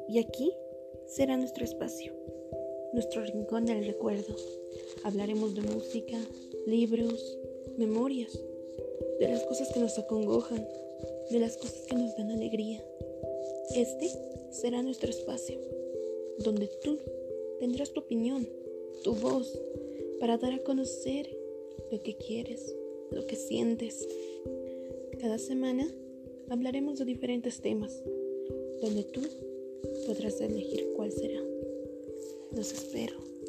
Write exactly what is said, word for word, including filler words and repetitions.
Y aquí será nuestro espacio, nuestro rincón del recuerdo. Hablaremos de música, libros, memorias, de las cosas que nos acongojan, de las cosas que nos dan alegría. Este será nuestro espacio, donde tú tendrás tu opinión, tu voz, para dar a conocer lo que quieres, lo que sientes. Cada semana hablaremos de diferentes temas, donde tú podrás elegir cuál será. Los espero.